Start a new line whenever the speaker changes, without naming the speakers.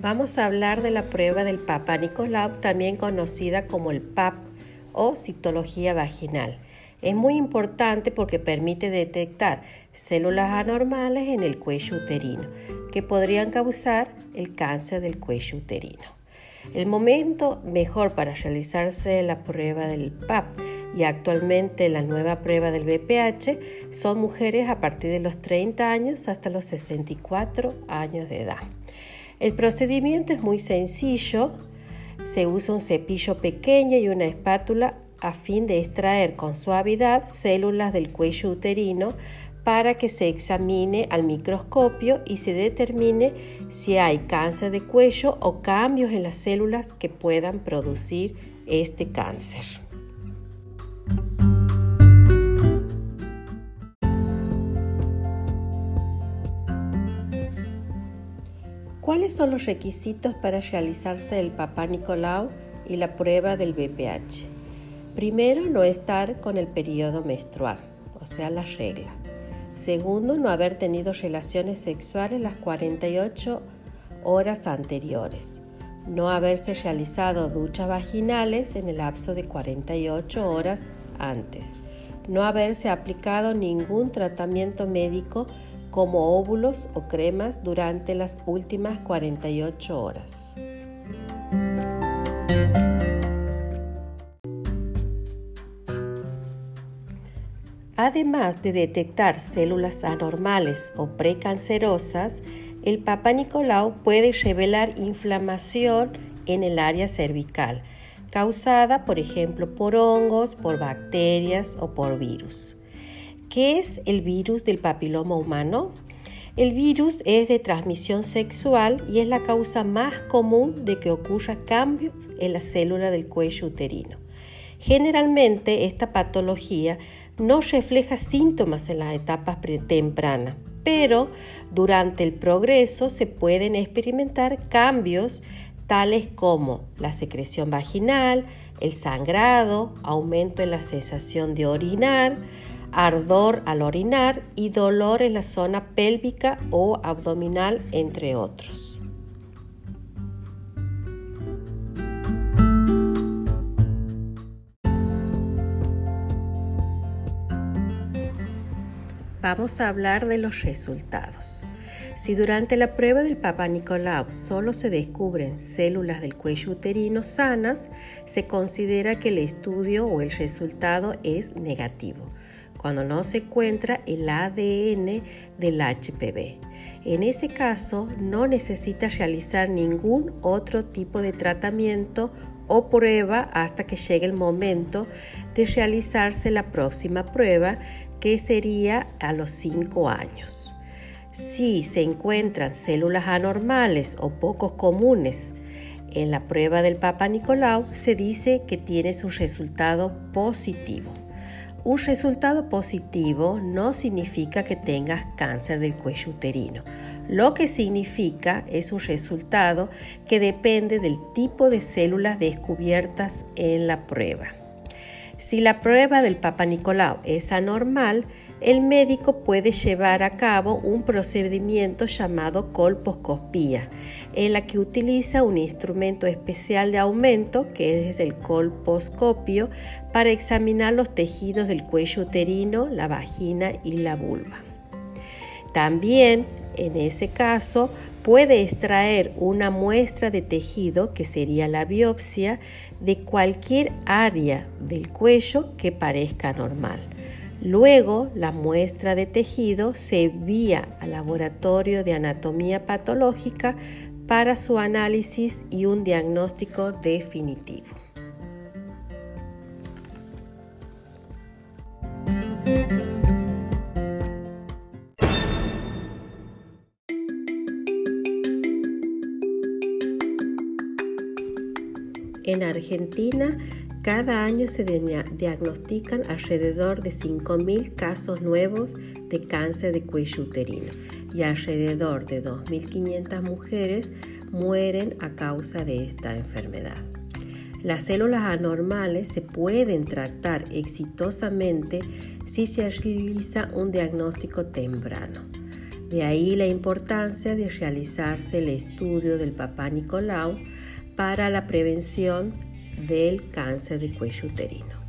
Vamos a hablar de la prueba del Papa Nicolau, también conocida como el PAP o citología vaginal. Es muy importante porque permite detectar células anormales en el cuello uterino que podrían causar el cáncer del cuello uterino. El momento mejor para realizarse la prueba del PAP y actualmente la nueva prueba del BPH son mujeres a partir de los 30 años hasta los 64 años de edad. El procedimiento es muy sencillo. Se usa un cepillo pequeño y una espátula a fin de extraer con suavidad células del cuello uterino para que se examine al microscopio y se determine si hay cáncer de cuello o cambios en las células que puedan producir este cáncer. ¿Cuáles son los requisitos para realizarse el Papa Nicolau y la prueba del BPH? Primero, no estar con el periodo menstrual, o sea, la regla. Segundo, no haber tenido relaciones sexuales las 48 horas anteriores. No haberse realizado duchas vaginales en el lapso de 48 horas antes. No haberse aplicado ningún tratamiento médico como óvulos o cremas durante las últimas 48 horas. Además de detectar células anormales o precancerosas, el Papa Nicolau puede revelar inflamación en el área cervical, causada, por ejemplo, por hongos, por bacterias o por virus. ¿Qué es el virus del papiloma humano? El virus es de transmisión sexual y es la causa más común de que ocurra cambio en la célula del cuello uterino. Generalmente, esta patología no refleja síntomas en las etapas tempranas, pero durante el progreso se pueden experimentar cambios tales como la secreción vaginal, el sangrado, aumento en la sensación de orinar, ardor al orinar y dolor en la zona pélvica o abdominal, entre otros. Vamos a hablar de los resultados. Si durante la prueba del Papa Nicolau solo se descubren células del cuello uterino sanas, se considera que el estudio o el resultado es negativo, cuando no se encuentra el ADN del HPV. En ese caso, no necesita realizar ningún otro tipo de tratamiento o prueba hasta que llegue el momento de realizarse la próxima prueba, que sería a los 5 años. Si se encuentran células anormales o poco comunes en la prueba del Papa Nicolau, se dice que tienes un resultado positivo. Un resultado positivo no significa que tengas cáncer del cuello uterino. Lo que significa es un resultado que depende del tipo de células descubiertas en la prueba. Si la prueba del Papa Nicolau es anormal, el médico puede llevar a cabo un procedimiento llamado colposcopía, en la que utiliza un instrumento especial de aumento, que es el colposcopio, para examinar los tejidos del cuello uterino, la vagina y la vulva. También, en ese caso, puede extraer una muestra de tejido, que sería la biopsia, de cualquier área del cuello que parezca normal. Luego, la muestra de tejido se envía al laboratorio de anatomía patológica para su análisis y un diagnóstico definitivo. En Argentina, cada año se diagnostican alrededor de 5.000 casos nuevos de cáncer de cuello uterino y alrededor de 2.500 mujeres mueren a causa de esta enfermedad. Las células anormales se pueden tratar exitosamente si se realiza un diagnóstico temprano. De ahí la importancia de realizarse el estudio del Papá Nicolau para la prevención del cáncer de cuello uterino.